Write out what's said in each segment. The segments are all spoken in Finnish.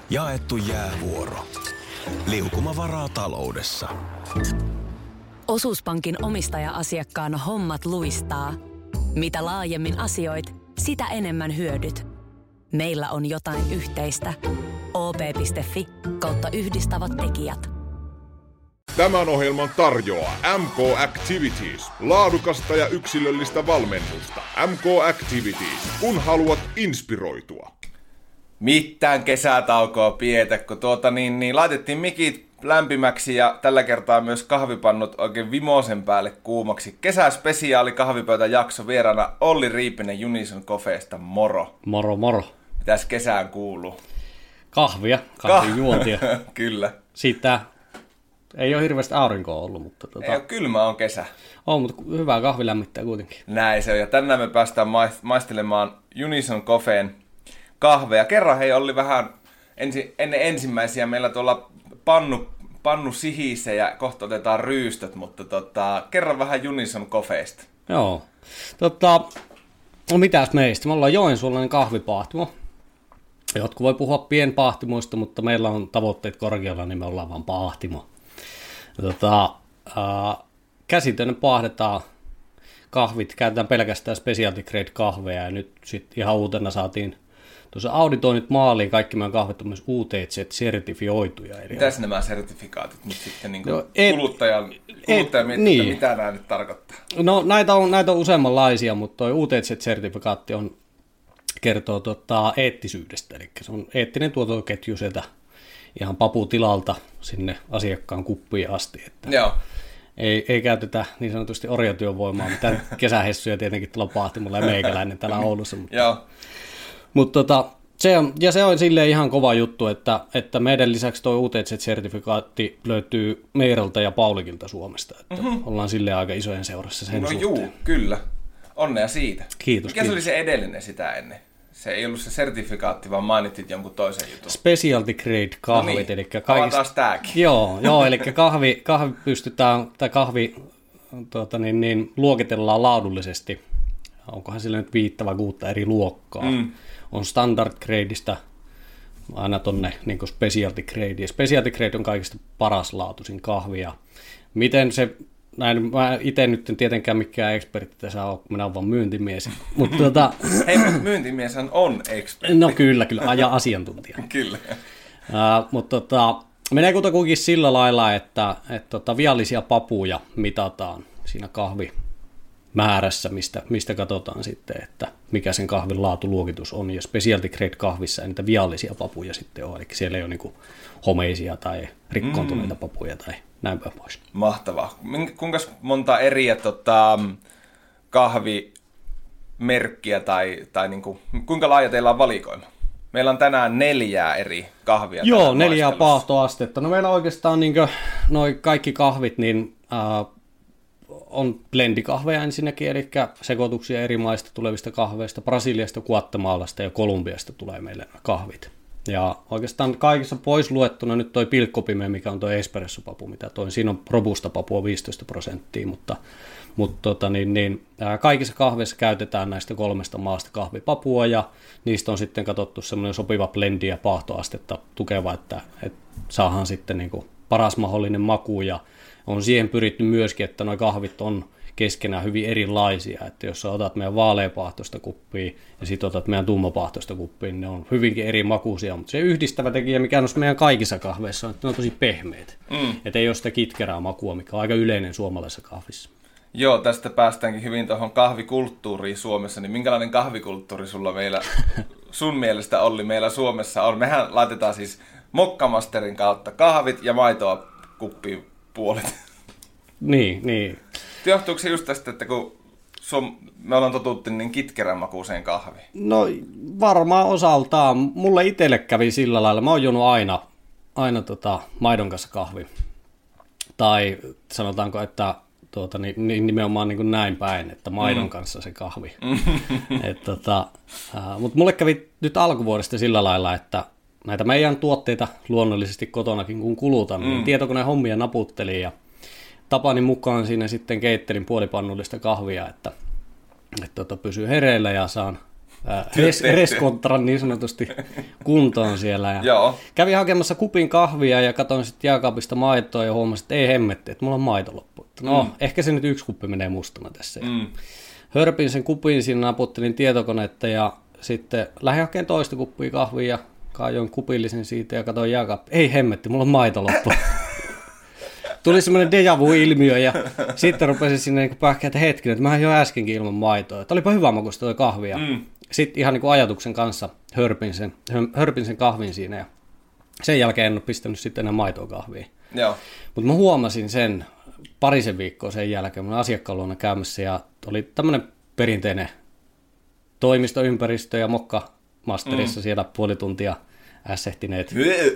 Jaettu jäävuoro. Liukumavaraa taloudessa. Osuuspankin omistaja-asiakkaan hommat luistaa. Mitä laajemmin asioit, sitä enemmän hyödyt. Meillä on jotain yhteistä. op.fi/yhdistävät tekijät. Tämän ohjelman tarjoaa MK Activities. Laadukasta ja yksilöllistä valmennusta. MK Activities, kun haluat inspiroitua. Mitään kesätaukoa pietä, kun laitettiin mikit lämpimäksi ja tällä kertaa myös kahvipannut oikein vimosen päälle kuumaksi. Kesäspesiaali kahvipöytäjakso vieraana Olli Riipinen Unison Cofeesta. Moro. Moro, moro. Mitäs kesään kuuluu? Kahvin juontia. Kyllä. Siitä ei ole hirveästi aurinkoa ollut, mutta ei ole kylmä, on kesä. On, mutta hyvää kahvi lämmittää kuitenkin. Näin se on, ja tänään me päästään maistelemaan Unison Cofeen kahveja. Kerran hei oli vähän ennen ensimmäisiä meillä tuolla pannu sihissä ja kohta otetaan ryystöt, mutta kerran vähän Unison Cofeesta. Joo. No mitäs meistä? Me ollaan joensuulainen kahvipahtimo. Jotkut voi puhua pienpahtimoista, mutta meillä on tavoitteet korkealla, niin me ollaan vaan pahtimo. Käsitöinen paahdetaan kahvit, käytetään pelkästään specialty grade kahveja ja nyt sitten ihan uutena saatiin tuossa auditoinnit maaliin, kaikki meidän kahvet on myös UTZ-sertifioituja. Mitäs nämä sertifikaatit nyt sitten niin kuluttaja miettii, niin. Mitä nämä nyt tarkoittaa? No näitä on useammanlaisia, mutta tuo UTZ-sertifikaatti kertoo eettisyydestä, eli se on eettinen tuotantoketju sieltä ihan paputilalta sinne asiakkaan kuppiin asti. Että joo. Ei käytetä niin sanotusti orjatyövoimaa, mitä kesähessuja tietenkin tuolla pahtimolla ja meikäläinen täällä Oulussa. Mutta se on silleen ihan kova juttu, että meidän lisäksi tuo UTZ-sertifikaatti löytyy Meirolta ja Paulikilta Suomesta. Että ollaan silleen aika isojen seurassa sen suhteen. Juu, kyllä. Onnea siitä. Kiitos. Mikä se oli se edellinen sitä ennen? Se ei ollut se sertifikaatti, vaan mainitsit jonkun toisen jutun. Specialty grade kahvit. No niin, eli taas tääkin. Joo, eli kahvi pystytään, tai kahvi luokitellaan laadullisesti. Onkohan sillä nyt 5 vai 6 eri luokkaa. On standard gradeista aina tonne niin kuin specialty grade. Ja specialty grade on kaikista paras laatuisin kahvi. Ja miten se, mä itse nyt en tietenkään mikään ekspertti tässä ole, kun minä olen vaan myyntimies. Hei, myyntimieshän on ekspertti. No kyllä, ja asiantuntija. Kyllä. Mutta menee kutakuinkin sillä lailla, että viallisia papuja mitataan siinä kahvimäärässä, mistä katsotaan sitten, että mikä sen kahvin laatuluokitus on. Ja specialty grade kahvissa ei niitä viallisia papuja sitten ole, eli siellä ei ole niinku homeisia tai rikkoontuneita papuja tai näin päin pois. Mahtavaa. Kuinka monta eriä kahvimerkkiä tai niinku, kuinka laaja teillä on valikoima? Meillä on tänään 4 eri kahvia. Joo, 4 paahtoastetta. No meillä oikeastaan noi kaikki kahvit on blendikahveja ensinnäkin, eli sekoituksia eri maista tulevista kahveista. Brasiliasta, Guatemalasta ja Kolumbiasta tulee meille kahvit. Ja oikeastaan kaikissa pois luettuna nyt toi pilkkopime, mikä on toi espressopapu, mitä toin. Siinä on robusta papua 15%, mutta kaikissa kahveissa käytetään näistä 3 maasta kahvipapua ja niistä on sitten katsottu semmoinen sopiva blendi ja paahtoastetta tukeva, että saadaan sitten niin kuin paras mahdollinen maku ja on siihen pyritty myöskin, että nuo kahvit on keskenään hyvin erilaisia, että jos sä otat meidän vaaleapaahtoista kuppia ja sitten otat meidän tummapaahtoista kuppia, niin ne on hyvinkin eri makuisia, mutta se yhdistävä tekijä, mikä on meidän kaikissa kahveissa, on, että ne on tosi pehmeät, että ei ole sitä kitkerää makua, mikä on aika yleinen suomalaisessa kahvissa. Joo, tästä päästäänkin hyvin tuohon kahvikulttuuriin Suomessa, niin minkälainen kahvikulttuuri sulla sun mielestä Olli meillä Suomessa on? Mehän laitetaan siis mokkamasterin kautta kahvit ja maitoa kuppiin puolet. Niin. Johtuuko se just tästä, että kun me ollaan totuttu niin kitkerän makuiseen kahviin? No varmaan osaltaan. Mulle itselle kävi sillä lailla. Mä oon juonut aina maidon kanssa kahvi. Tai sanotaanko, että nimenomaan niin kuin näin päin, että maidon kanssa se kahvi. Mutta mulle kävi nyt alkuvuodesta sillä lailla, että näitä meidän tuotteita luonnollisesti kotonakin kun kulutan, niin tietokoneen hommia naputtelin ja tapani mukaan siinä sitten keittelin puolipannullista kahvia, että pysyy hereillä ja saan reskontran niin sanotusti kuntoon siellä. Ja Joo. kävin hakemassa kupin kahvia ja katsoin sitten jääkaapista maitoa ja huomasin, että ei hemmetti, että mulla on maito loppu. No, ehkä se nyt yksi kuppi menee mustana tässä. Hörpin sen kupin, siinä naputtelin tietokonetta ja sitten lähdin hakemaan toista kuppia kahvia ja kaajoin kupillisen siitä ja katsoin jääkaappi. Ei hemmetti, mulla on maito loppu. Tuli semmoinen déjà vu-ilmiö ja sitten rupesin sinne niin pähkää, että hetkinen, että mähän jo äskenkin ilman maitoa. Että olipa hyvä makuista toi kahvia. Sitten ihan niin kuin ajatuksen kanssa hörpin sen kahvin siinä ja sen jälkeen en ole pistänyt sitten enää maitoa kahviin. Mutta mä huomasin sen parisen viikkoa sen jälkeen, mä olin asiakkaan luona käymässä ja oli tämmöinen perinteinen toimistoympäristö ja mokkamasterissa siellä puoli tuntia ässehtineet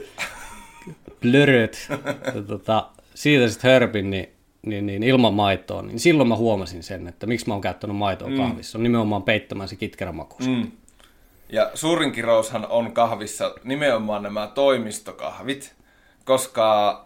blöröt. Siitä sitten hörpin niin ilman maitoa, niin silloin mä huomasin sen, että miksi mä oon käyttänyt maitoa kahvissa. On nimenomaan peittämään se kitkerä maku. Ja suurin kiroushan on kahvissa nimenomaan nämä toimistokahvit, koska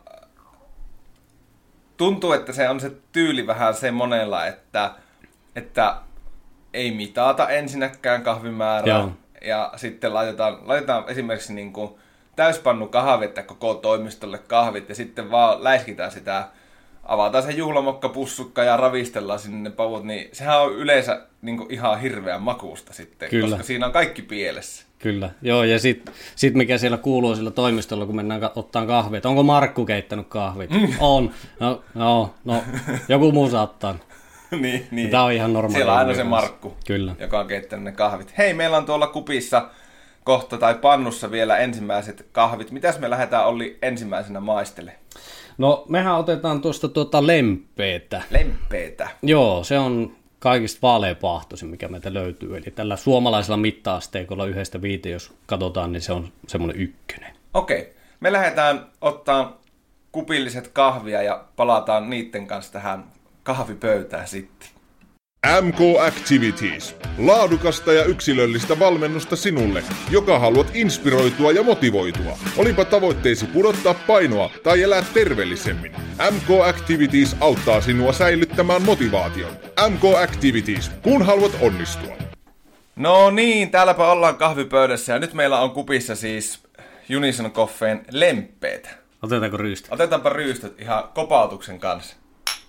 tuntuu, että se on se tyyli vähän se monella, että ei mitata ensinnäkään kahvimäärää. Joo. Ja sitten laitetaan esimerkiksi niin kuin täyspannu kahvit koko toimistolle kahvit ja sitten vaan läiskitään sitä, avataan se juhlamokkapussukka ja ravistellaan sinne ne pavut, niin sehän on yleensä niin kuin ihan hirveän makuusta sitten, kyllä, koska siinä on kaikki pielessä. Kyllä, joo, ja sit mikä siellä kuuluu sillä toimistolla, kun mennään ottaa kahvia, että onko Markku keittänyt kahvit? On, no, joku muu saattaa. niin. Tämä on ihan normaali. Siellä on aina se Markku, kyllä, joka on keittänyt ne kahvit. Hei, meillä on tuolla kupissa kohta tai pannussa vielä ensimmäiset kahvit. Mitäs me lähdetään Olli ensimmäisenä maistelemaan? No, mehän otetaan tuosta lempeetä. Lempeetä? Joo, se on kaikista vaaleapahtoisin, mikä meiltä löytyy. Eli tällä suomalaisella mitta-asteikolla 1-5, jos katsotaan, niin se on semmoinen 1. Okei. Me lähdetään ottaa kupilliset kahvia ja palataan niiden kanssa tähän kahvipöytään sitten. MK Activities. Laadukasta ja yksilöllistä valmennusta sinulle, joka haluat inspiroitua ja motivoitua. Olipa tavoitteesi pudottaa painoa tai elää terveellisemmin. MK Activities auttaa sinua säilyttämään motivaation. MK Activities, kun haluat onnistua. No niin, täälläpä ollaan kahvipöydässä ja nyt meillä on kupissa siis Unison Coffeen lempeitä. Otetaanko ryystöt? Otetaanpa ryystöt ihan kopautuksen kanssa.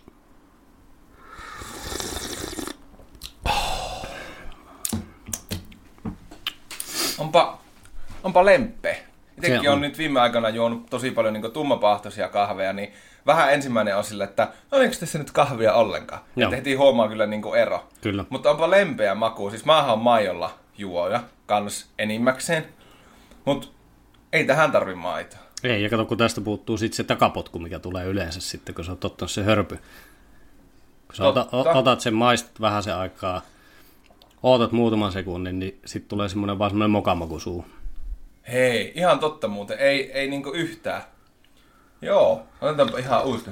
Onpa lempeä. Itsekin on nyt viime aikana juonut tosi paljon niin tummapahtoisia kahveja, niin vähän ensimmäinen on sillä, että oliko tässä nyt kahvia ollenkaan. Että heti huomaa kyllä niin ero. Kyllä. Mutta onpa lempeä maku. Siis maahan on maijolla juoja kans enimmäkseen. Mutta ei tähän tarvi maitoa. Ei, ja kato, kun tästä puuttuu sitten se takapotku, mikä tulee yleensä sitten, kun sä oot ottanut se hörpy. Kun sä otat sen, maistat vähän sen aikaa, ootat muutaman sekunnin, niin sitten tulee vaan semmoinen mokamaku suuhun. Hei, ihan totta muuten. Ei niinku yhtään. Joo, otetaanpa ihan uusi.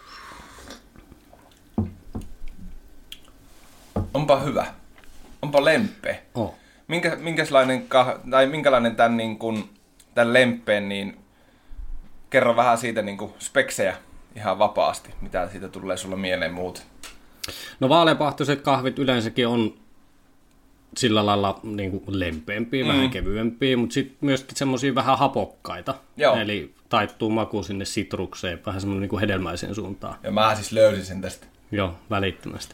Onpa hyvä. Onpa lempeä. Oh. Minkälainen tän lempeen, niin kerro vähän siitä niinku speksejä ihan vapaasti. Mitä siitä tulee sulla mieleen muuten? No vaaleapahtoiset kahvit yleensäkin on sillä lailla niin kuin lempeämpiä, vähän kevyempiä, mutta sitten myöskin semmoisia vähän hapokkaita. Joo. Eli taittuu maku sinne sitrukseen, vähän semmoinen niin kuin hedelmäiseen suuntaan. Ja mä siis löysin sen tästä. Joo, välittömästi.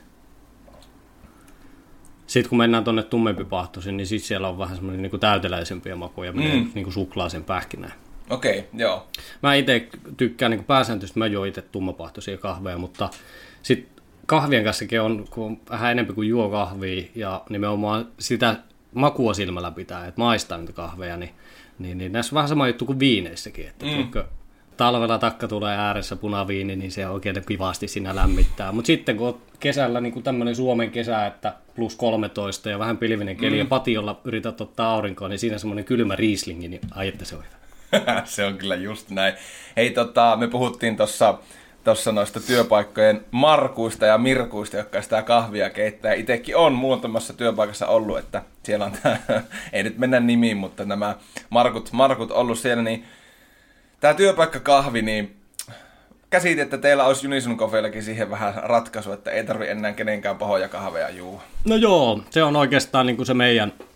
Sitten kun mennään tuonne tummempipahtoisiin, niin sitten siellä on vähän semmoinen niin kuin täyteläisempiä makuja, niin kuin suklaaseen pähkinään. Okei, joo. Mä itse tykkään niin kuin pääsääntöisesti, mä juon itse tummapahtoisia kahveja, mutta sitten kahvien kanssakin on vähän enemmän kuin juo kahvia ja nimenomaan sitä makua silmällä pitää, että maistaa niitä kahveja, niin näissä on vähän sama juttu kuin viineissäkin, että talvella takka tulee ääressä punaviini, niin se oikein kivasti siinä lämmittää. Mutta sitten kun on kesällä niin kuin tämmöinen Suomen kesä, että plus 13 ja vähän pilvinen keli ja patiolla yrität ottaa aurinkoa, niin siinä semmoinen kylmä riislingi, niin ai että se on hyvä. Se on kyllä just näin. Hei, me puhuttiin tuossa noista työpaikkojen Markuista ja Mirkuista, jotka sitä kahvia keittää. Itsekin on muutamassa työpaikassa ollut, että siellä on ei nyt mennä nimiin, mutta nämä Markut ollut siellä, niin tämä työpaikkakahvi, niin käsitin, että teillä olisi Unison Coffeellakin siihen vähän ratkaisu, että ei tarvitse enää kenenkään pahoja kahveja juua. No joo, se on oikeastaan niin kuin se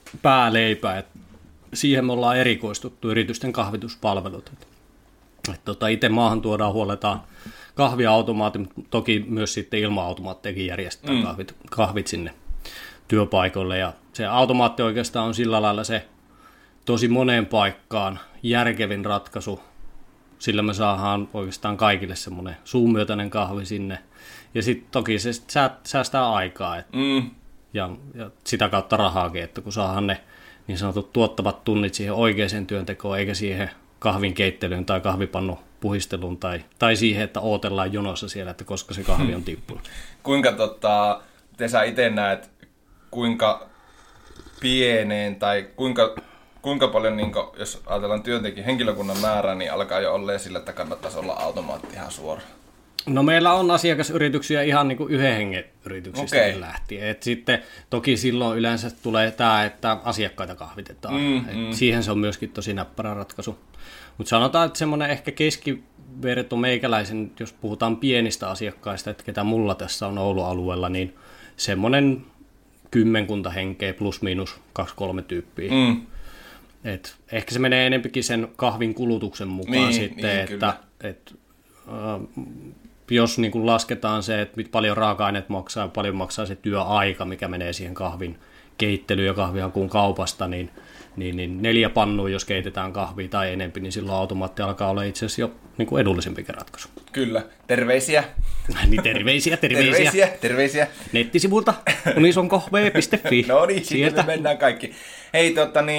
pääleipä, että siihen me ollaan erikoistuttu yritysten kahvituspalvelut. Itse maahan tuodaan, huoletaan kahviautomaatit, mutta toki myös sitten ilma-automaattejakin järjestetään kahvit sinne työpaikoille. Ja se automaatti oikeastaan on sillä lailla se tosi moneen paikkaan järkevin ratkaisu. Sillä me saadaan oikeastaan kaikille semmoinen suunmyötäinen kahvi sinne. Ja sitten toki se säästää aikaa ja sitä kautta rahaakin, että kun saadaan ne niin sanotut tuottavat tunnit siihen oikeaan työntekoon, eikä siihen kahvin keittelyyn tai kahvipannu puhisteluun tai siihen, että odotellaan jonossa siellä, että koska se kahvi on tippunut. Kuinka te sä itse näet, kuinka pieneen tai kuinka paljon, niin kun, jos ajatellaan työntekijän henkilökunnan määrää, niin alkaa jo olla sillä, että kannattaisi olla automaatti ihan suoraan? No meillä on asiakasyrityksiä ihan niin kuin yhden hengen yrityksistä lähtien. Et sitten toki silloin yleensä tulee tämä, että asiakkaita kahvitetaan. Siihen se on myöskin tosi näppärä ratkaisu. Mutta sanotaan, että semmoinen ehkä keskiverto meikäläisen, jos puhutaan pienistä asiakkaista, että ketä mulla tässä on Oulun alueella, niin semmoinen 10 henkeä plus miinus 2-3 tyyppiä. Et ehkä se menee enempikin sen kahvin kulutuksen mukaan sitten, että jos niin kuin lasketaan se, että paljon raaka-aineet maksaa ja paljon maksaa se työaika, mikä menee siihen kahvin keittelyyn ja kahvihakuun kaupasta, niin 4 pannua, jos keitetään kahvia tai enempi, niin silloin automaatti alkaa olla itse asiassa jo niin kuin edullisempikin ratkaisu. Kyllä. Terveisiä. Niin terveisiä. Nettisivulta unisonkohve.fi. No niin, sieltä me mennään kaikki. Hei,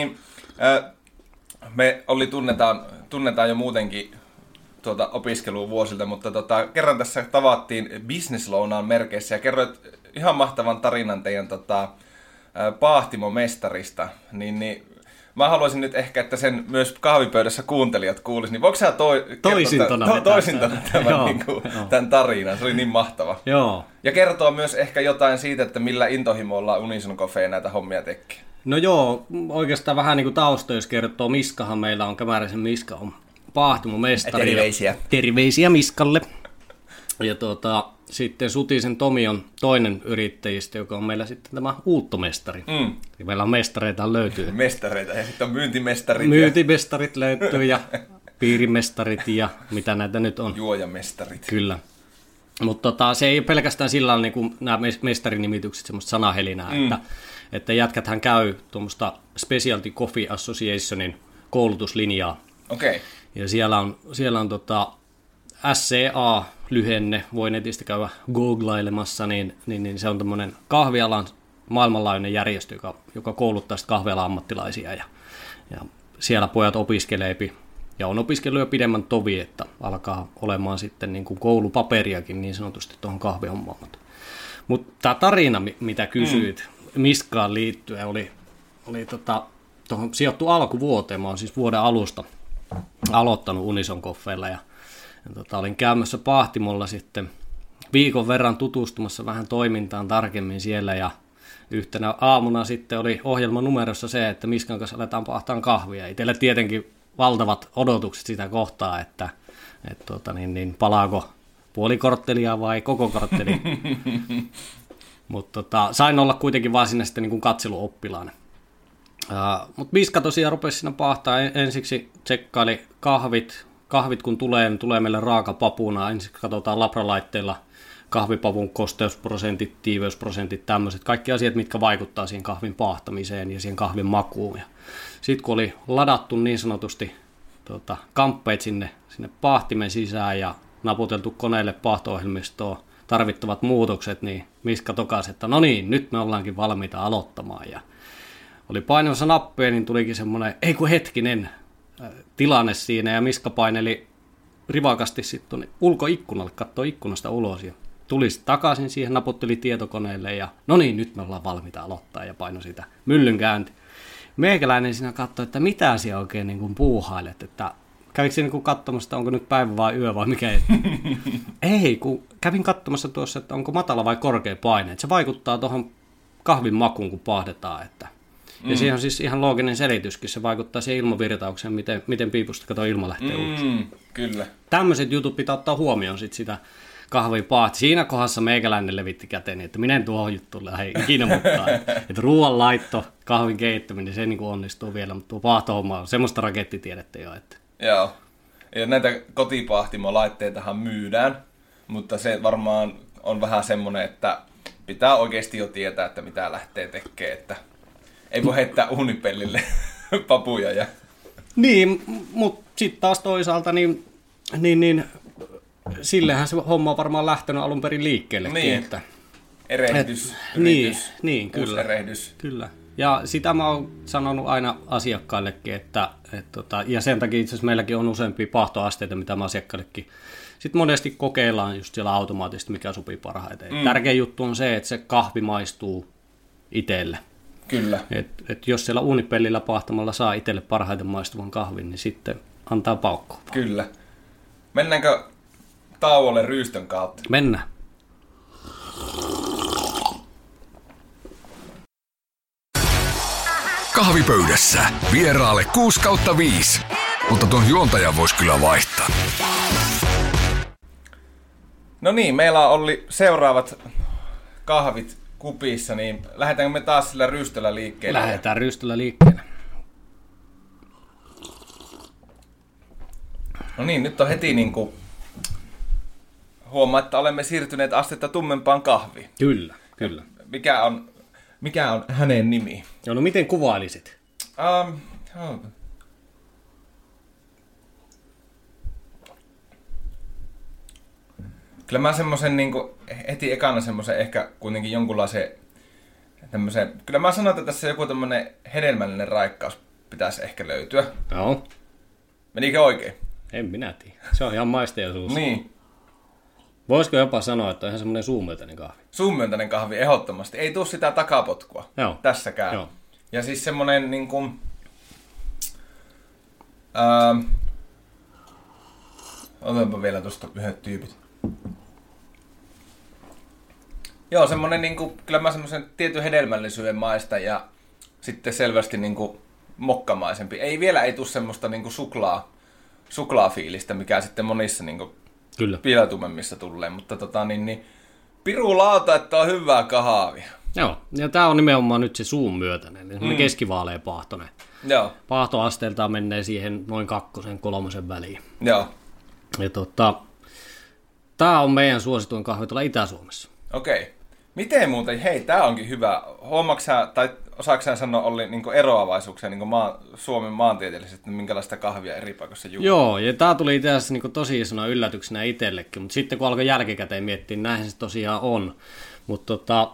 me tunnetaan jo muutenkin opiskeluvuosilta, mutta kerran tässä tavattiin business-lounaan merkeissä ja kerroit ihan mahtavan tarinan teidän paahtimomestarista, niin mä haluaisin nyt ehkä, että sen myös kahvipöydässä kuuntelijat kuulisi, niin voiko sä toisintona tämän tarinan? Se oli niin mahtava. Joo. Ja kertoo myös ehkä jotain siitä, että millä intohimolla Unison Coffee näitä hommia tekee. No joo, oikeastaan vähän niin kuin tausta, jos kertoo. Miskahan meillä on, Kämäräisen Miska on paahtimomestari. Terveisiä Miskalle. Ja sitten Sutisen Tomi on toinen yrittäjistä, joka on meillä sitten tämä uuttomestari. Ja meillä on mestareita löytyy. Mestareita ja sitten on myyntimestarit. Myyntimestarit löytyy ja piirimestarit ja mitä näitä nyt on. Juojamestarit. Kyllä. Mutta se ei ole pelkästään sillä tavalla niin kuin nämä mestarinimitykset, semmoista sanahelinää, että jätkäthän käy tuommoista Specialty Coffee Associationin koulutuslinjaa. Okay. Ja siellä on SCA-lyhenne, voi netistä käydä googlailemassa, niin se on tämmöinen kahvialan maailmanlaajuinen järjestö, joka kouluttaa kahvialan ammattilaisia. Ja siellä pojat opiskeleepi ja on opiskellut jo pidemmän tovi, että alkaa olemaan sitten niin kuin koulupaperiakin niin sanotusti tuohon kahvihommaan. Mutta tämä tarina, mitä kysyit Miskaan liittyen, oli tuohon sijoittu alkuvuoteen. Mä oon siis vuoden alusta aloittanut Unison Coffeella ja olin käymässä Pahtimolla sitten viikon verran tutustumassa vähän toimintaan tarkemmin siellä ja yhtenä aamuna sitten oli ohjelmanumerossa se, että Miskan kanssa aletaan pahtaan kahvia. Itsellä tietenkin valtavat odotukset sitä kohtaa, että palaako puoli korttelia vai koko kortteli. Mutta sain olla kuitenkin vaan sinne sitten niin kuin katseluoppilaana. Mutta Miska tosiaan rupesi siinä pahtaa. Ensiksi tsekkaili kahvit kun tulee meille raakapapuna. Ensiksi katsotaan labralaitteilla kahvipavun kosteusprosentit, tiiveysprosentit, tämmöiset. Kaikki asiat, mitkä vaikuttaa siihen kahvin pahtamiseen ja siihen kahvin makuun. Sitten kun oli ladattu niin sanotusti kamppeet sinne paahtimen sisään ja naputeltu koneelle paahto-ohjelmistoon tarvittavat muutokset, niin Miska tokasi, että no niin, nyt me ollaankin valmiita aloittamaan. Ja oli painamassa nappeja, niin tulikin semmoinen, ei kun hetkinen, tilanne siinä, ja Miska paineli rivakasti sitten ulkoikkunalle, katsoi ikkunasta ulos, ja tuli takaisin siihen, naputteli tietokoneelle, ja no niin, nyt me ollaan valmiita aloittaa, ja painoi sitä myllyn käynti. Meikäläinen siinä katsoi, että mitä siellä oikein niin kuin puuhailet, että kävikö siinä niin katsomassa, että onko nyt päivä vai yö vai mikä? Ei, kun kävin katsomassa tuossa, että onko matala vai korkea paine, että se vaikuttaa tuohon kahvin makuun, kun paahdetaan, että ja siihen on siis ihan looginen selityskin, se vaikuttaa siihen ilmavirtaukseen, miten piipusta ilma lähtee ulos. Kyllä. Tämmöiset jutut pitää ottaa huomioon sit sitä kahvipaahti. Siinä kohdassa meikäläinen levitti käteen, että minä en tuohon juttuun lähde ikinä mukaan. Että ruoan laitto, kahvin keittäminen, se niin kuin onnistuu vielä, mutta tuo paahtohomma on semmoista rakettitiedettä jo. Että... Joo. Ja näitä kotipaahtimolaitteitahan myydään, mutta se varmaan on vähän semmoinen, että pitää oikeasti jo tietää, että mitä lähtee tekemään, että ei voi heittää uunipellille papuja. Ja... Niin, mutta sitten taas toisaalta, niin sillehän se homma on varmaan lähtenyt alun perin liikkeellekin. Niin, että, erehdys, niin, kyllä, erehdys. Kyllä. Ja sitä mä oon sanonut aina asiakkaillekin, että ja sen takia itse asiassa meilläkin on useampia paahtoasteita, mitä mä asiakkaillekin sitten monesti kokeillaan just siellä automaattisesti, mikä sopii parhaiten. Tärkein juttu on se, että se kahvi maistuu itselle. Kyllä. Et jos siellä uunipellillä paahtamalla saa itselle parhaiten maistuvan kahvin, niin sitten antaa paukkua. Kyllä. Mennäänkö tauolle ryystön kautta? Mennään. Kahvipöydässä vieraalle 6/5, mutta tuon juontajan voisi kyllä vaihtaa. No niin, meillä on ollut seuraavat kahvit kupissa, niin lähdetäänkö me taas sillä ryystöllä liikkeelle? Lähdetään ryystöllä liikkeelle. No niin, nyt on heti niinku huomaa, että olemme siirtyneet astetta tummempaan kahviin. Kyllä, kyllä. Mikä on hänen nimi? No miten kuvailisit? Kyllä mä semmosen niinku heti ekana semmosen ehkä kuitenkin jonkunlaisen tämmösen, kyllä mä sanon, että tässä joku tämmönen hedelmällinen raikkaus pitäisi ehkä löytyä. Joo. Menikö oikein? En minä tiedä. Se on ihan maisteisuus. Niin. Voisiko jopa sanoa, että on ihan semmoinen suunmyöntäinen kahvi? Suunmyöntäinen kahvi, ehdottomasti. Ei tuu sitä takapotkua. Joo. Tässäkään. Joo. Ja siis semmonen niinku... Otanpa vielä tuosta yhdet tyypit. Joo, semmonen niinku... Kyllä mä semmosen tietyn hedelmällisyyden maista ja sitten selvästi niinku mokkamaisempi. Ei tuu semmoista niinku suklaafiilistä, mikä sitten monissa niinku Kyllä. vielä tummemmissa tulee, mutta pirulauta, että on hyvää kahvia. Joo, ja tää on nimenomaan nyt se suun myötäinen, semmoinen keskivaalea paahtoinen. Joo. Paahtoasteeltaan menee siihen noin 2-3 väliin. Joo. Ja tää on meidän suosituin kahvi tuolla Itä-Suomessa. Okei. Miten muuten, hei, tää onkin hyvä. Huomaatko sä, tai osaatko sä sanoa, oli niinku eroavaisuuksia niinku Suomen maantieteellisesti, minkälaista kahvia eri paikoissa juuri? Joo, ja tää tuli itse asiassa niinku tosi isona yllätyksenä itsellekin, mutta sitten kun alkoi jälkikäteen miettiä, niin näinhän se tosiaan on. Mutta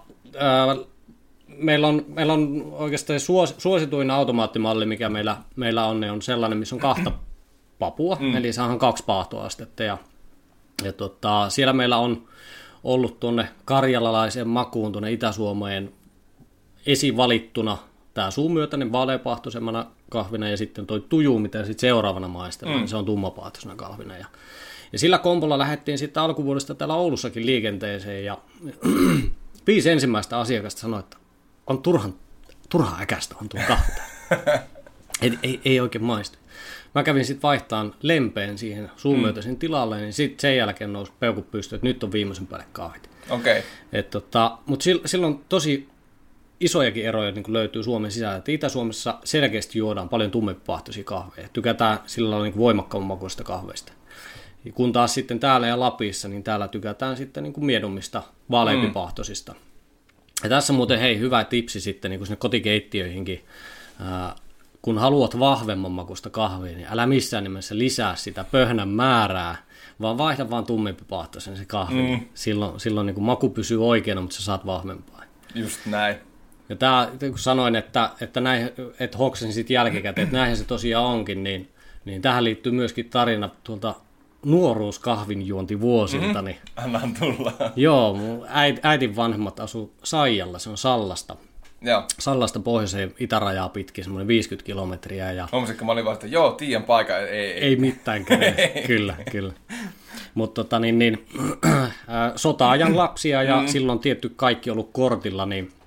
meillä on oikeastaan suosituin automaattimalli, mikä meillä on sellainen, missä on 2 papua, eli saadaan 2 paahtoastetta. Ja siellä meillä on ollut tuonne karjalalaiseen makuun, tuonne Itä-Suomeen esivalittuna tämä suunmyötäinen vaaleapaahtoisemmana kahvina ja sitten toi tuju, mitä sitten seuraavana maistellaan, niin se on tummapaahtoisena kahvina. Ja sillä kompolla lähdettiin sitten alkuvuodesta täällä Oulussakin liikenteeseen ja 5 ensimmäistä asiakasta sanoi, että on turha äkästä on tuo kahvi. ei oikein maistu. Mä kävin sitten vaihtaan lempeen siihen suunmyötäisen tilalle, niin sitten sen jälkeen nousi peukut pystyyn, että nyt on viimeisen päälle kahvit. Okei. Mutta silloin tosi isojakin eroja niin löytyy Suomen sisällä. Että Itä-Suomessa selkeästi juodaan paljon tummempipaahtoisia kahveja. Tykätään sillä lailla niin voimakkaamman makuista kahveista. Kun taas sitten täällä ja Lapissa, niin täällä tykätään sitten niin miedommista, vaaleampipaahtoisista. Ja tässä muuten hyvä tipsi sitten niin sinne kotikeittiöihinkin. Kun haluat vahvemman makuista kahvia, niin älä missään nimessä lisää sitä pöhnän määrää, vaan vaihda vaan tummempipaahtoisen se kahvi. Silloin niin maku pysyy oikeana, mutta sä saat vahvempaa. Just näin. Ja tää, kun sanoin, että hoksasin sitten jälkikäteen, että näinhän se tosiaan onkin, niin tähän liittyy myöskin tarina tuolta nuoruuskahvinjuontivuosilta. Niin, annan tulla. Joo, mun äitin vanhemmat asuu Saijalla, se on Sallasta. Joo. Sallasta pohjoiseen itärajaa pitkin, semmoinen 50 kilometriä. Ja... Huomasitko, mä olin vasta, joo, tiiän paikka. Ei mitään kyllä. Mutta sota-ajan lapsia ja silloin tietty kaikki ollut kortilla, niin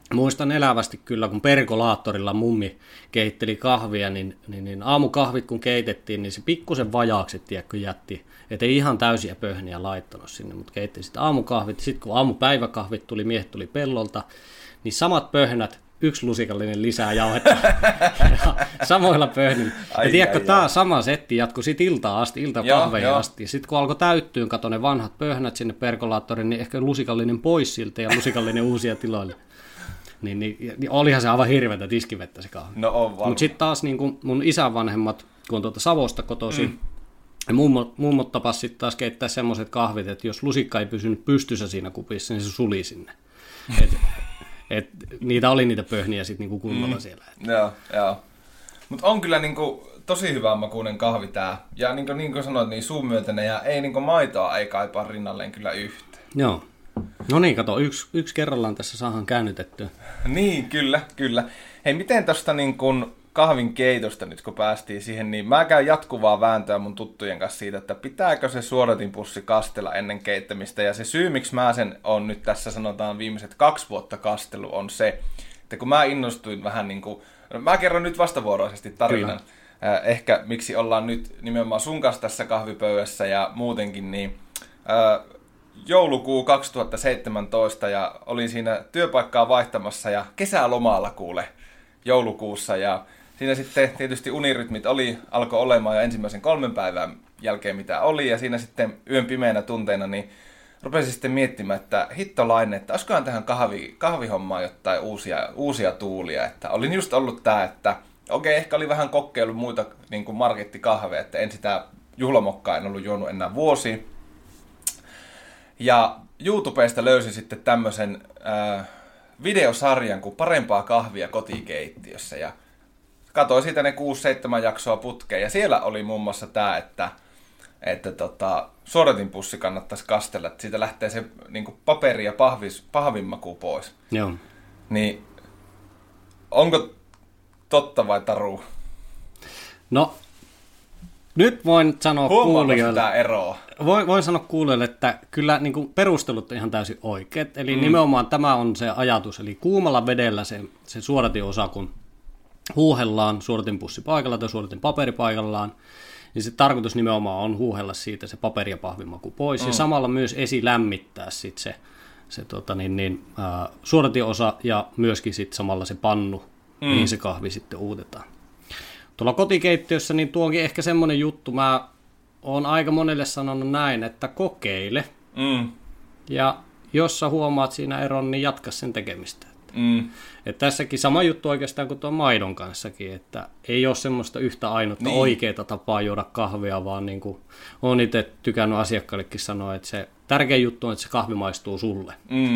muistan elävästi kyllä, kun perkolaattorilla mummi keitteli kahvia, niin aamukahvit kun keitettiin, niin se pikkusen vajaaksi, tiedätkö, jätti. Että ei ihan täysiä pöhniä laittanut sinne, mutta keitti sitten aamukahvit. Sitten kun aamupäiväkahvit tuli, miehet tuli pellolta, niin samat pöhnät, 1 lusikallinen lisää jauhetta samoilla pöhnillä. Ja tiedätkö, tämä sama setti jatkui sitten iltaan asti, iltakahveihin asti. Sitten kun alkoi täyttyä, kato ne vanhat pöhnät sinne perkolaattoriin, niin ehkä lusikallinen pois siltä ja lusikallinen uusia tiloille. Niin olihan se aivan hirveätä tiskivettä se kahvi. No on varmaan. Mutta sitten taas niin kun mun isän vanhemmat, kun on tuolta Savosta kotoisin, mummot tapas sitten taas keittää semmoiset kahvit, että jos lusikka ei pysynyt pystyssä siinä kupissa, niin se suli sinne. Et niitä oli niitä pöhniä sitten niinku kunnolla siellä. Joo. Mutta on kyllä niinku tosi hyvä makuinen kahvi tää. Ja niin kuin sanoit, niin suun myötäinen ja ei niinku maitoa ei kaipaa rinnalleen kyllä yhtään. Joo. No niin, kato, yksi kerrallaan tässä saadaan käännytettyä. Niin, kyllä. Hei, miten tosta niin kun kahvin keitosta nyt kun päästiin siihen, niin mä käyn jatkuvaa vääntöä mun tuttujen kanssa siitä, että pitääkö se suodatinpussi kastella ennen keittämistä. Ja se syy, miksi mä sen on nyt tässä sanotaan viimeiset 2 vuotta kastelu, on se, että kun mä innostuin vähän niin kuin, mä kerron nyt vastavuoroisesti tarinan, ehkä miksi ollaan nyt nimenomaan sun kanssa tässä kahvipöydässä ja muutenkin, niin joulukuu 2017 ja olin siinä työpaikkaa vaihtamassa ja kesälomalla kuule joulukuussa ja siinä sitten tietysti unirytmit alkoi olemaan jo ensimmäisen 3 päivän jälkeen mitä oli ja siinä sitten yön pimeänä tunteina niin rupesin sitten miettimään, että hittolainen, että olisikohan tähän kahvihommaan jotain uusia tuulia, että olin just ollut tää, että okei, ehkä oli vähän kokeillut muita niin kuin markettikahveja, että en sitä juhlamokkaa en ollut juonut enää vuosia. Ja YouTubesta löysin sitten tämmöisen videosarjan kuin Parempaa kahvia kotikeittiössä ja katsoin siitä ne 6-7 jaksoa putkeen ja siellä oli muun muassa tämä, että suodatinpussi kannattaisi kastella, että siitä lähtee se niin kuin paperi ja pahvinmaku pois. Joo. Niin onko totta vai taru? No, nyt voin sanoa kuulijoille. Tämä eroa? Voin sanoa kuulijoille, että kyllä niin kuin perustelut on ihan täysin oikeat. Eli nimenomaan tämä on se ajatus. Eli kuumalla vedellä se suodatinosa, kun huuhellaan suodatinpussi paikalla tai suodatin paperi paikallaan, niin se tarkoitus nimenomaan on huuhella siitä se paperi- ja pahvimaku pois. Ja samalla myös esilämmittää sit se suodatinosa ja myöskin sit samalla se pannu, mihin se kahvi sitten uutetaan. Tuolla kotikeittiössä niin tuo onkin ehkä semmoinen juttu, mä oon aika monelle sanonut näin, että kokeile. Ja jos sä huomaat siinä eron, niin jatka sen tekemistä. Että tässäkin sama juttu oikeastaan kuin tuon maidon kanssakin, että ei ole semmoista yhtä ainutta oikeaa tapaa juoda kahvia, vaan niin kuin olen itse tykännyt asiakkaillekin sanoa, että se tärkein juttu on, että se kahvi maistuu sulle.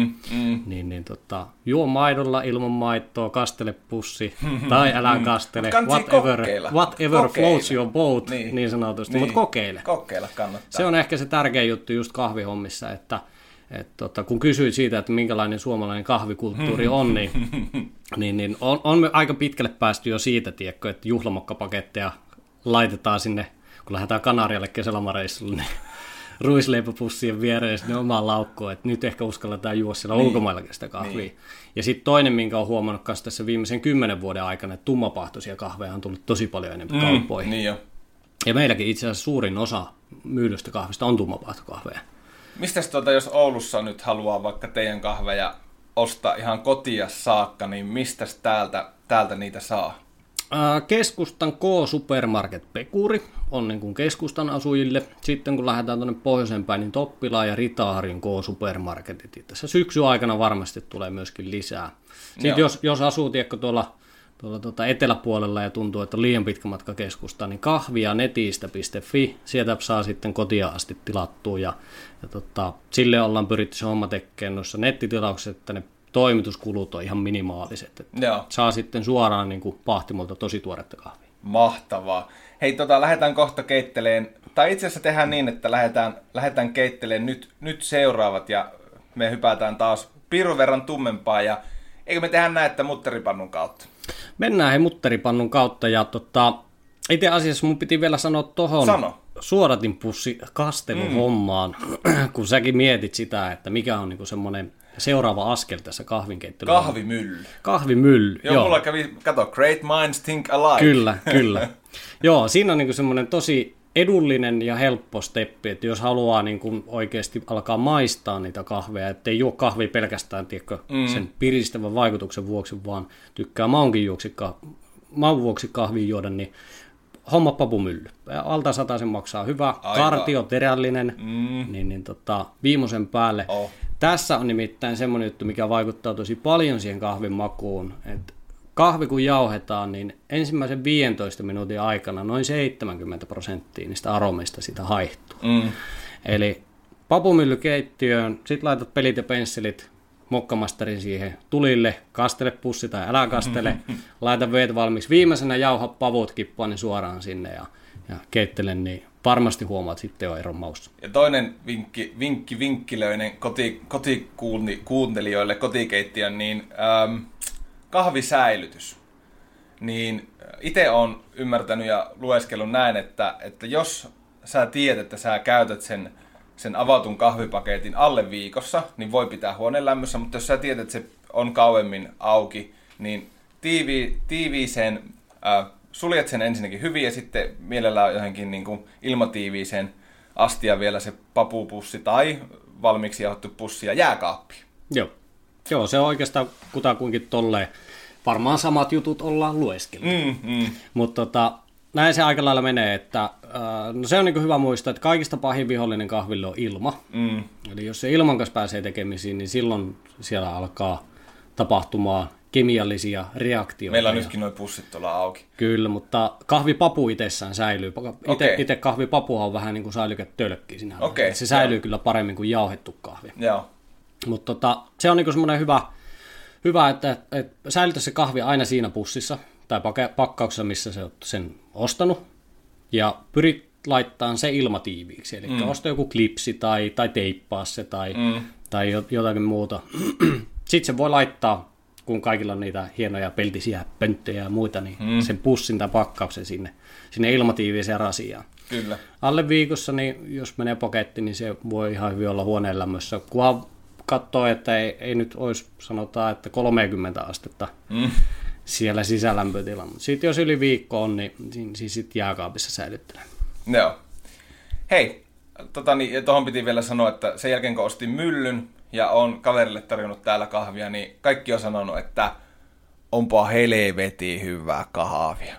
Juo maidolla ilman maitoa, kastele pussi, tai älä kastele, whatever floats your boat, niin sanotusti, mutta kokeile. Kokeilla kannattaa. Se on ehkä se tärkein juttu just kahvihommissa, että kun kysyit siitä, että minkälainen suomalainen kahvikulttuuri on, niin on aika pitkälle päästy jo siitä, tiedätkö, että juhlamokkapaketteja laitetaan sinne, kun lähdetään Kanarialle kesälomareissulle, niin ruisleipäpussien viereen sinne omaan laukkoon, että nyt ehkä uskalletaan juoda siellä ulkomaillakin sitä kahvia. Ja sitten toinen, minkä olen huomannut myös tässä viimeisen 10 vuoden aikana, että tummapahtoisia kahveja on tullut tosi paljon enemmän kauppoihin. Niin jo. Ja meilläkin itse asiassa suurin osa myydystä kahvista on tummapahtokahveja. Mistäs jos Oulussa nyt haluaa vaikka teidän kahveja ostaa ihan kotia saakka, niin mistäs täältä niitä saa? Keskustan K-Supermarket Pekuri on niin kuin keskustan asujille. Sitten kun lähdetään tuonne pohjoiseen päin, niin Toppila ja Ritaarin K-Supermarketit. Tässä syksyn aikana varmasti tulee myöskin lisää. Sitten jos asuu tiedätkö, tuolla eteläpuolella ja tuntuu, että on liian pitkä matka keskustaan, niin kahvianetistä.fi, sieltä saa sitten kotia asti tilattua ja sille ollaan pyritty se homma tekemään noissa nettitilauksissa, että ne toimituskulut on ihan minimaaliset. Että saa sitten suoraan niin kuin pahtimolta tosi tuoretta kahvia. Mahtavaa. Hei, lähdetään kohta keitteleen, tai itse asiassa tehdään niin, että lähdetään keitteleen nyt seuraavat ja me hypätään taas pirun verran tummempaa ja eikö me tehdä näin, että mutteripannun kautta? Mennään mutteripannun kautta ja itse asiassa mun piti vielä sanoa tohon suodatinpussi kasteluhommaan, kun säkin mietit sitä, että mikä on niinku semmoinen seuraava askel tässä kahvinkeittelyn. Kahvimylly. Joo. Mulla kävi, kato, great minds think alike. Kyllä. Joo, siinä on niin semmoinen tosi edullinen ja helppo steppi, että jos haluaa niin kuin oikeasti alkaa maistaa niitä kahveja, ettei juo kahvia pelkästään sen piristävän vaikutuksen vuoksi, vaan tykkää maun vuoksi kahvia juoda, niin homma papumylly. Alta 100 maksaa hyvä, kartio terällinen, niin viimeisen päälle. Tässä on nimittäin semmoinen juttu, mikä vaikuttaa tosi paljon siihen kahvin makuun, että kahvi kun jauhetaan, niin ensimmäisen 15 minuutin aikana noin 70% niistä aromeista sitä haihtuu. Eli papumyllykeittiöön, sit laitat pelit ja pensselit, mokkamasterin siihen tulille, kastele pussi tai älä kastele, laita veet valmiiksi. Viimeisenä jauha pavut kippaan suoraan sinne ja keittele, niin varmasti huomaat sitten jo eron maussa. Ja toinen vinkkilöinen kotikuuntelijoille, kotikeittiön, niin kahvisäilytys. Niin itse olen ymmärtänyt ja lueskellut näin, että jos sä tiedät, että sä käytät sen avatun kahvipaketin alle viikossa, niin voi pitää huoneen lämmössä, mutta jos sä tiedät, että se on kauemmin auki, niin tiiviiseen, suljet sen ensinnäkin hyvin ja sitten mielellään johonkin niin kuin ilmatiiviiseen astia vielä se papupussi tai valmiiksi jauhattu pussi ja jääkaappi. Joo, se on oikeastaan kutakuinkin tolleen. Varmaan samat jutut ollaan lueskellut. Mutta näin se aika lailla menee, että no se on niin hyvä muistaa, että kaikista pahin vihollinen kahville on ilma. Eli jos se ilman kanssa pääsee tekemisiin, niin silloin siellä alkaa tapahtumaan kemiallisia reaktioita. Meillä on nytkin nuo pussit tuolla auki. Kyllä, mutta kahvipapu itsessään säilyy. Itse kahvipapuhan on vähän niin kuin säilyketölkki sinällä. Se säilyy kyllä paremmin kuin jauhettu kahvi. Joo. Mutta se on niin semmoinen hyvä, että säilytä se kahvi aina siinä pussissa tai pakkauksessa, missä sä oot sen ostanut. Ja pyrit laittamaan se ilmatiiviiksi. Eli osta joku klipsi tai teippaa se tai jotakin muuta. Sitten se voi laittaa, kun kaikilla on niitä hienoja peltisiä pönttöjä ja muita, niin sen pussin tai pakkauksen sinne ilmatiiviseen rasiaan. Kyllä. Alle viikossa, niin jos menee paketti, niin se voi ihan hyvin olla huoneen lämmössä. Kunhan katsoo, että ei nyt olisi, sanotaan, että 30 astetta siellä sisälämpötila. Mutta sitten jos yli viikko on, niin siis sitten jääkaapissa säilyttelee. Joo. Hei, tuohon piti vielä sanoa, että sen jälkeen kun ostin myllyn ja on kaverille tarjonnut täällä kahvia, niin kaikki on sanonut, että onpa helvetin hyvää kahvia.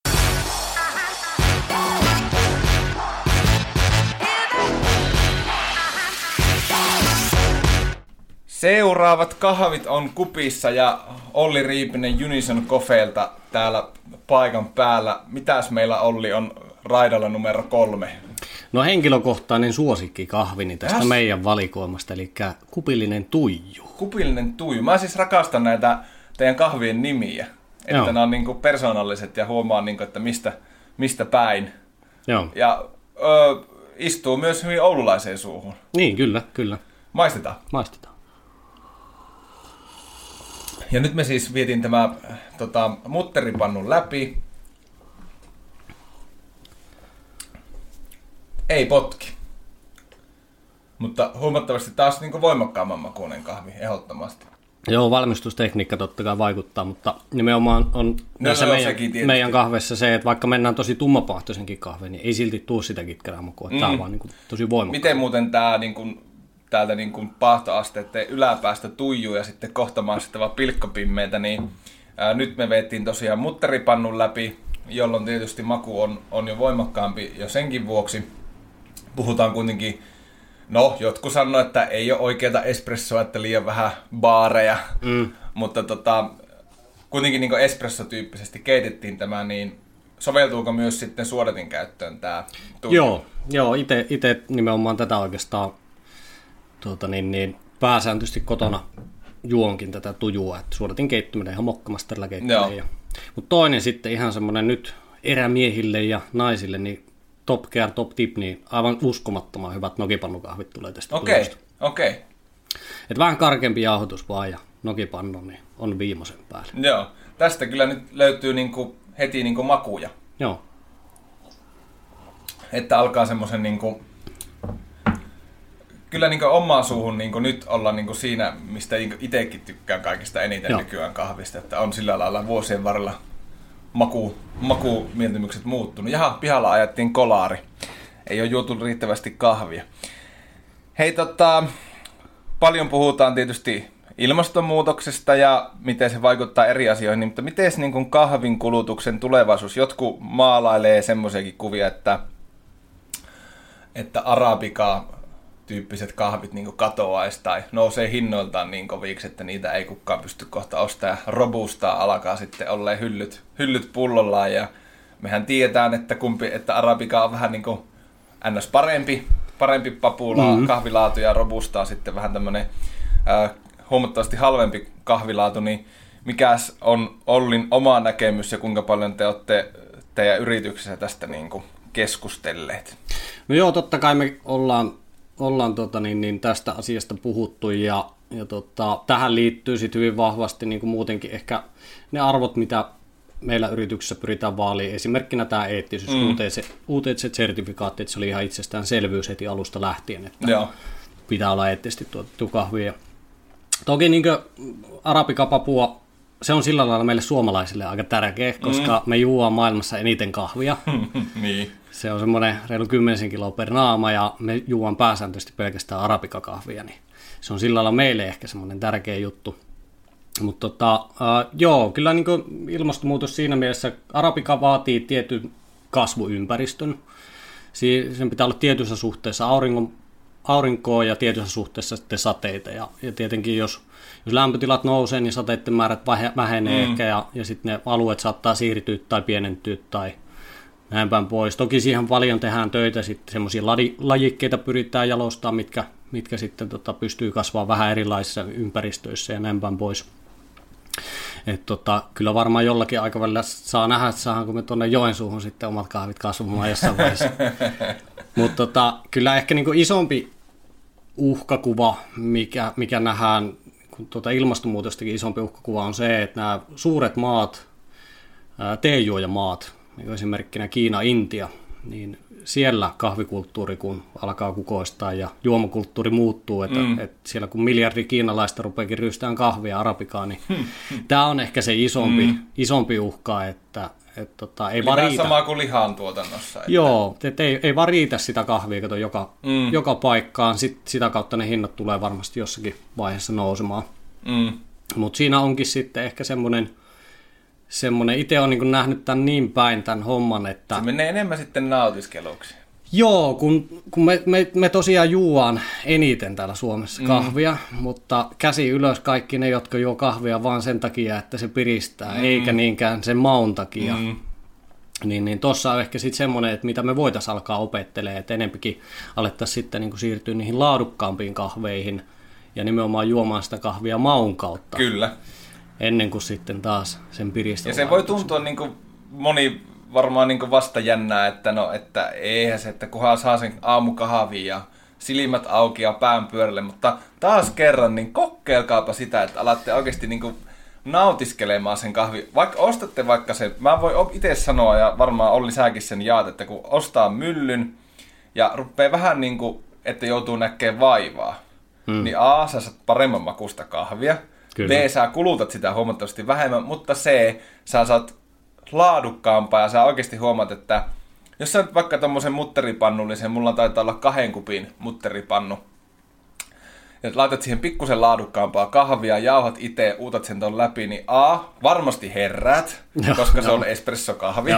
Seuraavat kahvit on kupissa ja Olli Riipinen Unison Cafelta täällä paikan päällä. Mitäs meillä Olli on raidalla numero 3? No henkilökohtainen suosikkikahvini tästä meidän valikoimasta, eli kupillinen tuiju. Kupillinen tuiju. Mä siis rakastan näitä teidän kahvien nimiä. Että ne on niinku persoonalliset ja huomaa, niinku, että mistä päin. Joo. Ja istuu myös hyvin oululaiseen suuhun. Niin, kyllä. Maistetaan. Ja nyt me siis vietin tämä mutteripannun läpi. Ei potki. Mutta huomattavasti taas niin kuin voimakkaamman makuinen kahvi, ehdottomasti. Joo, valmistustekniikka totta kai vaikuttaa, mutta nimenomaan on näissä meidän kahveissa se, että vaikka mennään tosi tummapahtoisenkin kahveen, niin ei silti tule sitä kitkerää makua. Tämä on vaan niin kuin tosi voimakkaan. Miten muuten tämä niin kuin täältä niin kuin paahtoasteiden yläpäästä tuijuu ja sitten kohta maistettava pilkkopimmeitä, niin nyt me veettiin tosiaan mutteripannun läpi, jolloin tietysti maku on jo voimakkaampi jo senkin vuoksi. Puhutaan kuitenkin, no jotkut sanoo, että ei ole oikeata espressoa, että liian vähän baareja, mutta kuitenkin niin kuin espressotyyppisesti keitettiin tämä, niin soveltuuko myös sitten suodatin käyttöön tämä tuiju? Joo, itse nimenomaan tätä oikeastaan pääsääntöisesti kotona juonkin tätä tujua, että suodatin keittyminen ihan mokkamasterilla keittelee. Mutta toinen sitten ihan semmoinen nyt erämiehille ja naisille, niin top care, top tip, niin aivan uskomattoman hyvät nokipannukahvit tulee tästä tujusta. Okei. Et vähän karkeampi jauhotus vaan ja nokipannu niin on viimeisen päälle. Joo, tästä kyllä nyt löytyy niinku heti niinku makuja. Joo. Että alkaa semmoisen niinku kyllä niin omaan suuhun niin nyt ollaan niin siinä, mistä itsekin tykkään kaikista eniten nykyään kahvista, että on sillä lailla vuosien varrella makumieltymykset muuttunut. Jaha, pihalla ajattiin kolaari. Ei ole juotu riittävästi kahvia. Hei, paljon puhutaan tietysti ilmastonmuutoksesta ja miten se vaikuttaa eri asioihin, mutta miten niin kahvin kulutuksen tulevaisuus? Jotkut maalailee semmoisiakin kuvia, että Arabica-tyyppiset kahvit niin katoaisi tai nousee hinnoiltaan niin koviksi, että niitä ei kukaan pysty kohta ostamaan. Robustaa alkaa sitten olleen hyllyt pullollaan ja mehän tiedetään, että Arabica on vähän niin kuin ns. parempi kahvilaatu ja Robustaa sitten vähän tämmöinen huomattavasti halvempi kahvilaatu, niin mikäs on Ollin oma näkemys ja kuinka paljon te olette teidän yrityksessä tästä niin kuin keskustelleet? No joo, totta kai me ollaan tästä asiasta puhuttu ja tähän liittyy sitten hyvin vahvasti niin kuin muutenkin ehkä ne arvot, mitä meillä yrityksessä pyritään vaaliin. Esimerkkinä tämä eettisyys, UTZ-sertifikaatti, että se oli ihan itsestäänselvyys heti alusta lähtien, että pitää olla eettisesti tuotettu kahvia. Toki niin Arabica Papua, se on sillä lailla meille suomalaisille aika tärkeä, koska me juodaan maailmassa eniten kahvia. Niin. Se on semmoinen reilu 10 kiloa per naama ja me juodaan pääsääntöisesti pelkästään Arabica-kahvia, niin se on sillä lailla meille ehkä semmoinen tärkeä juttu. Mutta joo, kyllä niin ilmastonmuutos siinä mielessä, Arabica vaatii tietyn kasvuympäristön. Sen pitää olla tietyssä suhteessa aurinkoa ja tietyssä suhteessa sitten sateita. Ja tietenkin jos lämpötilat nousee, niin sateiden määrät vähenee ehkä ja sitten ne alueet saattaa siirtyä tai pienentyä tai näin päin pois. Toki siihen paljon tehdään töitä, sitten semmoisia lajikkeita pyritään jalostamaan, mitkä sitten pystyy kasvamaan vähän erilaisissa ympäristöissä ja näin päin pois. Kyllä varmaan jollakin aikavälillä saa nähdä, että saadaanko me tuonne Joensuuhun sitten omat kahvit kasvamaan jossain vaiheessa. Mutta kyllä ehkä niin isompi uhkakuva, mikä nähdään, kun ilmastonmuutostakin isompi uhkakuva on se, että nämä suuret maat, teejuojamaat, niin esimerkkinä Kiina, Intia, niin siellä kahvikulttuuri kun alkaa kukoistaa ja juomakulttuuri muuttuu, että siellä kun miljardi kiinalaista rupeakin ryystään kahvia Arabikaa, niin tämä on ehkä se isompi uhka, että ei vaan riitä. Samaa kuin lihan tuotannossa. Että... Joo, että ei vaan riitä sitä kahvia, kato joka paikkaan, sitä kautta ne hinnat tulee varmasti jossakin vaiheessa nousemaan. Mutta siinä onkin sitten ehkä semmoinen itse on niin nähnyt tämän niin päin tämän homman, että... Se menee enemmän sitten nautiskeluksi. Joo, kun me tosiaan juodaan eniten täällä Suomessa kahvia, mutta käsi ylös kaikki ne, jotka juo kahvia vaan sen takia, että se piristää, eikä niinkään sen maun takia. Niin tuossa on ehkä sitten semmoinen, että mitä me voitaisiin alkaa opettelemaan, että enempikin alettaisiin sitten niin siirtyä niihin laadukkaampiin kahveihin ja nimenomaan juomaan sitä kahvia maun kautta. Kyllä. Ennen kuin sitten taas sen piristää. Ja se voi tuntua niin kuin moni varmaan niin kuin vasta jännää, että eihän se, että kunhan saa sen aamukahvin ja silmät auki ja pään pyörälle, mutta taas kerran, niin kokeilkaapa sitä, että alatte oikeasti niin kuin nautiskelemaan sen kahvin. Vaikka ostatte vaikka sen, mä voin itse sanoa ja varmaan Olli säkin sen jaat, että kun ostaa myllyn ja rupeaa vähän niin kuin, että joutuu näkemään vaivaa, niin A, sä saat paremman makusta kahvia, kyllä. B, sä kulutat sitä huomattavasti vähemmän, mutta C, sä saat laadukkaampaa ja sä oikeasti huomaat, että jos sä nyt vaikka tommosen mutteripannullisen, mulla taitaa olla 2 kupin mutteripannu, ja laitat siihen pikkusen laadukkaampaa kahvia, jauhat itse, uutat sen ton läpi, niin A, varmasti herräät, koska se on espressokahvi,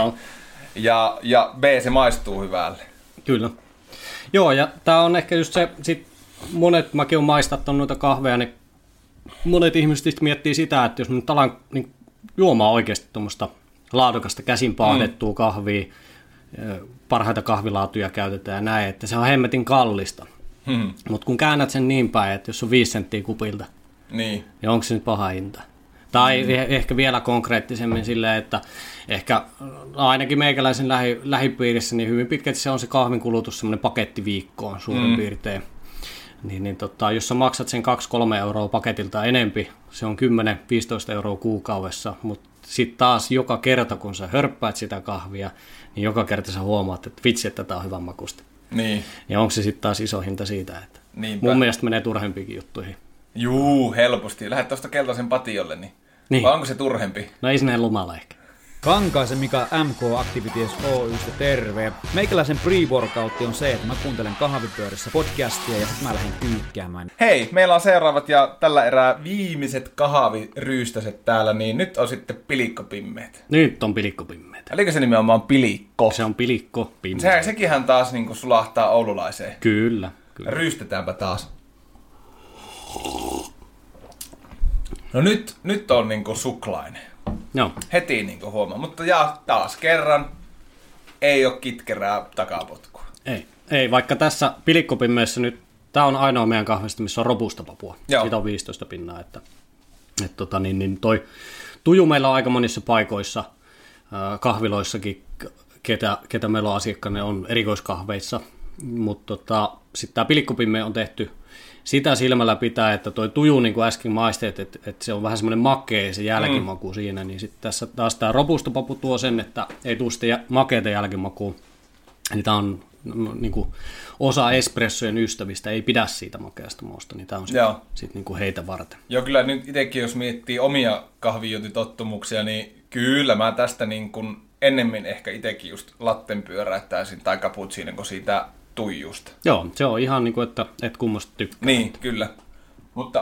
ja B, se maistuu hyvälle. Kyllä. Joo, ja tää on ehkä just se, mäkin olen maistattanut noita kahveja, niin monet ihmiset miettii sitä, että jos mä nyt alan niin juomaan oikeasti tuommoista laadukasta käsin paahdettua kahvia, parhaita kahvilaatuja käytetään ja näin, että se on hemmetin kallista. Mutta kun käännät sen niin päin, että jos on 5 senttiä kupilta, niin onko se nyt paha hinta? Tai ehkä vielä konkreettisemmin silleen, että ehkä ainakin meikäläisen lähipiirissä niin hyvin pitkälti se on se kahvin kulutus semmoinen pakettiviikkoon suurin piirtein. Jos sä maksat sen 2-3 euroa paketilta enempi, se on 10-15 euroa kuukaudessa, mutta sitten taas joka kerta, kun sä hörppäät sitä kahvia, niin joka kerta sä huomaat, että vitsi, että tää on hyvän makusta. Niin. Ja onko se sitten taas iso hinta siitä, että Niinpä. Mun mielestä menee turhempikin juttuihin. Juu, helposti. Lähdet tuosta keltaisen patiolle, niin. Vai onko se turhempi? No ei sinne lomalla ehkä. Kankaisen Mika MK Activities Oystä terve. Meikäläisen pre-workoutti on se, että mä kuuntelen kahvipyörissä podcastia ja sitten mä lähden kyykkäämään. Hei, meillä on seuraavat ja tällä erää viimeiset kahviryystäset täällä, niin nyt on sitten pilikkopimmeet. Nyt on pilikkopimmeet. Elikö se nimenomaan pilikko? Se on pilikkopimmeet. Sekinhän taas niin kuin sulahtaa oululaiseen. Kyllä. Ryystetäänpä taas. No nyt on niin kuin suklainen. Joo. Heti niin kuin huomaa, mutta taas kerran ei ole kitkerää takapotkua. Ei, vaikka tässä pilikkopimmeessä nyt, tää on ainoa meidän kahvista, missä on robusta papua. Joo. Siitä on 15 pinnaa, että toi tuju meillä on aika monissa paikoissa, kahviloissakin, ketä meillä on asiakkaana, on erikoiskahveissa, mutta sitten tämä pilikkopimme on tehty sitä silmällä pitää, että toi tuju, niin kuin äsken maisteet, että se on vähän semmoinen makea se jälkimaku siinä, niin sitten tässä taas tämä robusta papu tuo sen, että ei tule sitä makeata jälkimakua. Eli tämä on niin kuin osa espressojen ystävistä, ei pidä siitä makeasta mausta, niin tämä on sitten niin kuin heitä varten. Joo, kyllä nyt itsekin, jos miettii omia kahvijuotitottumuksia, niin kyllä mä tästä niin kuin ennemmin ehkä itsekin just latten pyöräyttäisin tai cappuccino kuin siitä tuijusta. Joo, se on ihan niin kuin, että kummasta tykkää. Niin, kyllä. Mutta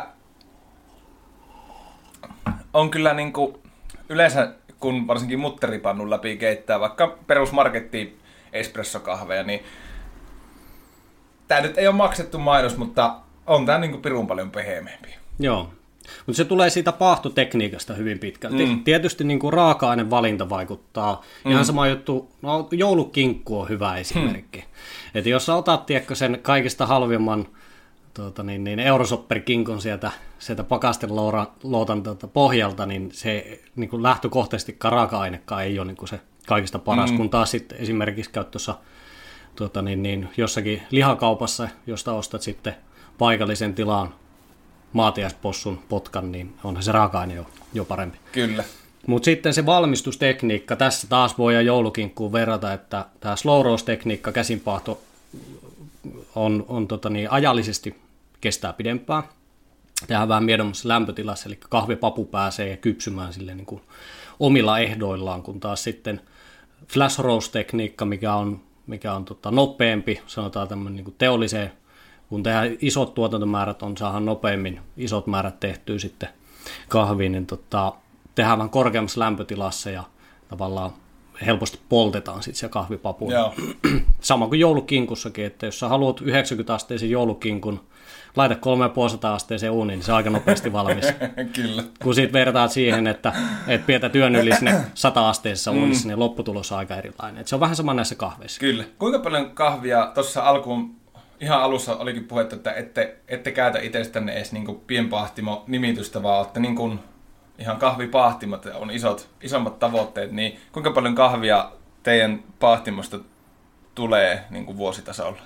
on kyllä niin kuin yleensä, kun varsinkin mutteripannun läpi keittää vaikka perusmarkettiin espressokahveja, niin tää nyt ei ole maksettu mainos, mutta on tää niin kuin pirun paljon pehmeämpi. Joo, mutta se tulee siitä paahtotekniikasta hyvin pitkälti. Tietysti niin kuin raaka-ainevalinta vaikuttaa. Ihan sama juttu, no joulukinkku on hyvä esimerkki. Että jos sä otat sen kaikista halvimman eurosopperkinkun sieltä pakastelootan pohjalta, niin se niin kuin lähtökohtaisesti raaka-ainekaan ei ole niin kuin se kaikista paras, kun taas sitten esimerkiksi käyt tuossa jossakin lihakaupassa, josta ostat sitten paikallisen tilaan maatiaispossun potkan, niin onhan se raaka-aine jo parempi. Kyllä. Mutta sitten se valmistustekniikka, tässä taas voi joulukinkkuun verrata, että tämä slow roast-tekniikka, käsinpaahto, on ajallisesti kestää pidempään. Tehdään vähän miedommassa lämpötilassa, eli kahvipapu pääsee kypsymään sille niin kuin omilla ehdoillaan, kun taas sitten flash roast-tekniikka, mikä on nopeampi, sanotaan tämmöinen niin kuin teolliseen, kun tehdään isot tuotantomäärät, saadaan nopeammin isot määrät tehtyä sitten kahviin, niin tehdään vähän korkeammassa lämpötilassa ja tavallaan helposti poltetaan sitten se kahvipapu. Sama kuin joulukinkussakin, että jos sä haluat 90-asteisen joulukinkun, laita 3,5-asteeseen uuniin, niin se on aika nopeasti valmis. Kyllä. Kun siitä vertaat siihen, että pidetään työn yli sinne 100-asteisessa uunissa, niin lopputulos on aika erilainen. Et se on vähän sama näissä kahveissa. Kyllä. Kuinka paljon kahvia tuossa ihan alussa olikin puhetta, että ette käytä itsestänne edes niin kuin pienpahtimo-nimitystä, vaan olette niin kuin ihan kahvipahtimot, on isommat tavoitteet, niin kuinka paljon kahvia teidän pahtimosta tulee niin kuin vuositasolla?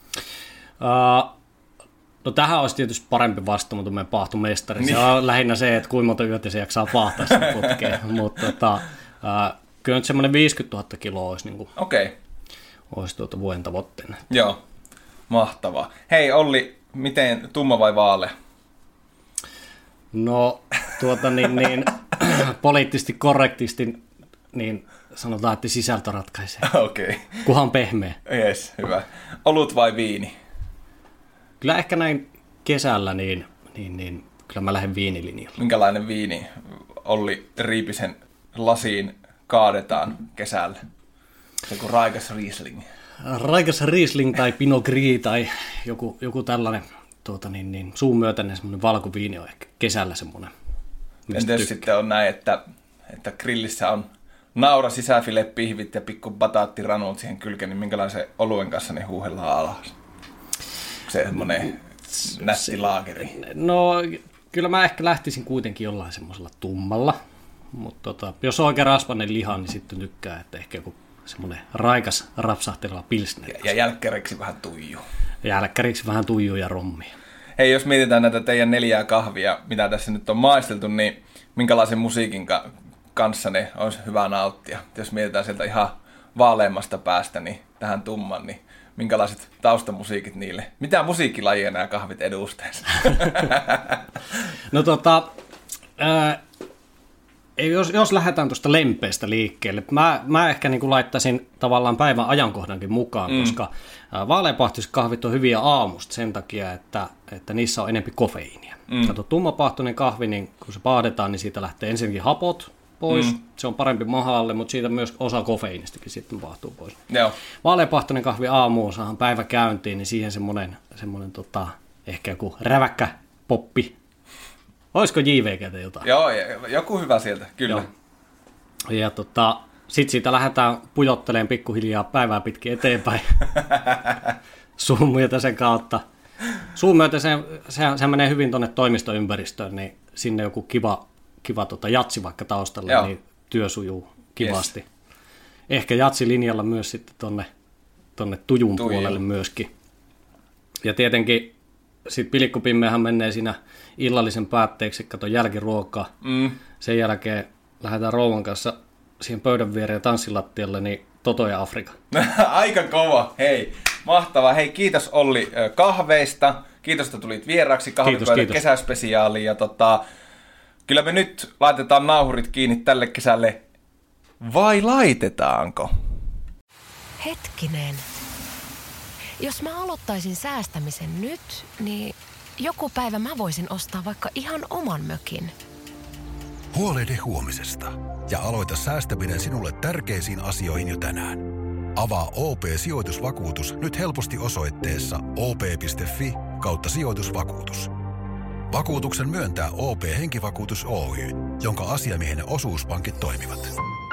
No tähän olisi tietysti parempi vastaama meidän paahtomestari. Se on lähinnä se, että kuinka monta yötä se jaksaa paahtaa sitä putkeen. Mutta kyllä nyt semmoinen 50 000 kiloa olisi, niin kuin, olisi vuoden tavoitteena. Joo, mahtavaa. Hei Olli, miten tumma vai vaale? No poliittisesti korrektisti niin sanotaan, että sisältö ratkaisee. Okei. Kunhan pehmeä. Jes, hyvä. Olut vai viini? Kyllä ehkä näin kesällä, niin kyllä mä lähden viinilinjalle. Minkälainen viini Olli Riipisen lasiin kaadetaan kesällä? Joku raikas Riesling. Raikas Riesling tai Pinot Gris tai joku tällainen suun myötäinen semmoinen valkoviini on ehkä kesällä semmoinen. Entäs sitten on näin, että grillissä on naura, sisäfile, pihvit ja pikku bataattiranut siihen kylkeen, niin minkälaisen oluen kanssa ne huuhellaan alas? Se semmoinen nätti laageri. No kyllä mä ehkä lähtisin kuitenkin jollain semmoisella tummalla, mutta jos on oikein rasvainen liha, niin sitten tykkää, että ehkä joku semmoinen raikas rapsahteleva pilsner. Ja jälkkäriksi vähän tuiju. Jälkkäriksi vähän tuiju ja rommia. Hei, jos mietitään näitä teidän 4 kahvia, mitä tässä nyt on maisteltu, niin minkälaisen musiikin kanssa ne olisi hyvä nauttia? Jos mietitään sieltä ihan vaaleammasta päästä niin tähän tumman, niin minkälaiset taustamusiikit niille? Mitä musiikkilajia nämä kahvit edustaisi? No jos lähdetään tuosta lempeästä liikkeelle, mä ehkä niin kuin laittaisin tavallaan päivän ajankohdankin mukaan, koska vaaleapahtoiset kahvit on hyviä aamusta sen takia, että niissä on enemmän kofeiinia. Kato, tummapahtoinen kahvi, niin kun se paahdetaan, niin siitä lähtee ensinnäkin hapot pois, se on parempi mahalle, mutta siitä myös osa kofeiinistakin sitten paahtuu pois. Joo. Vaaleapahtoinen kahvi aamuun, saadaan päivä käyntiin, niin siihen semmoinen ehkä joku räväkkä poppi. Olisiko JVG:tä jotain? Joo, joku hyvä sieltä, kyllä. Joo. Ja sitten siitä lähdetään pujottelemaan pikkuhiljaa päivää pitkin eteenpäin suun myötä sen kautta. Suun myötä se menee hyvin tuonne toimistoympäristöön, niin sinne joku kiva jatsi vaikka taustalle, joo, niin työ sujuu kivasti. Yes. Ehkä jatsilinjalla myös sitten tuonne tujun puolelle myöskin. Ja tietenkin sitten pilkkupimmeähän menee siinä illallisen päätteeksi, kato jälkiruokaa. Sen jälkeen lähdetään rouvan kanssa siihen pöydän viereen ja tanssilattialle, niin Toto ja Afrika. Aika kova, hei. Mahtavaa. Hei, kiitos Olli kahveista. Kiitos, että tulit vieraaksi kahvipöydän kesäspesiaaliin. Ja kyllä me nyt laitetaan nauhurit kiinni tälle kesälle. Vai laitetaanko? Hetkinen. Jos mä aloittaisin säästämisen nyt, niin joku päivä mä voisin ostaa vaikka ihan oman mökin. Huolehdi huomisesta ja aloita säästäminen sinulle tärkeisiin asioihin jo tänään. Avaa OP-sijoitusvakuutus nyt helposti osoitteessa op.fi/sijoitusvakuutus. Vakuutuksen myöntää OP-henkivakuutus Oy, jonka asiamiehen osuuspankit toimivat.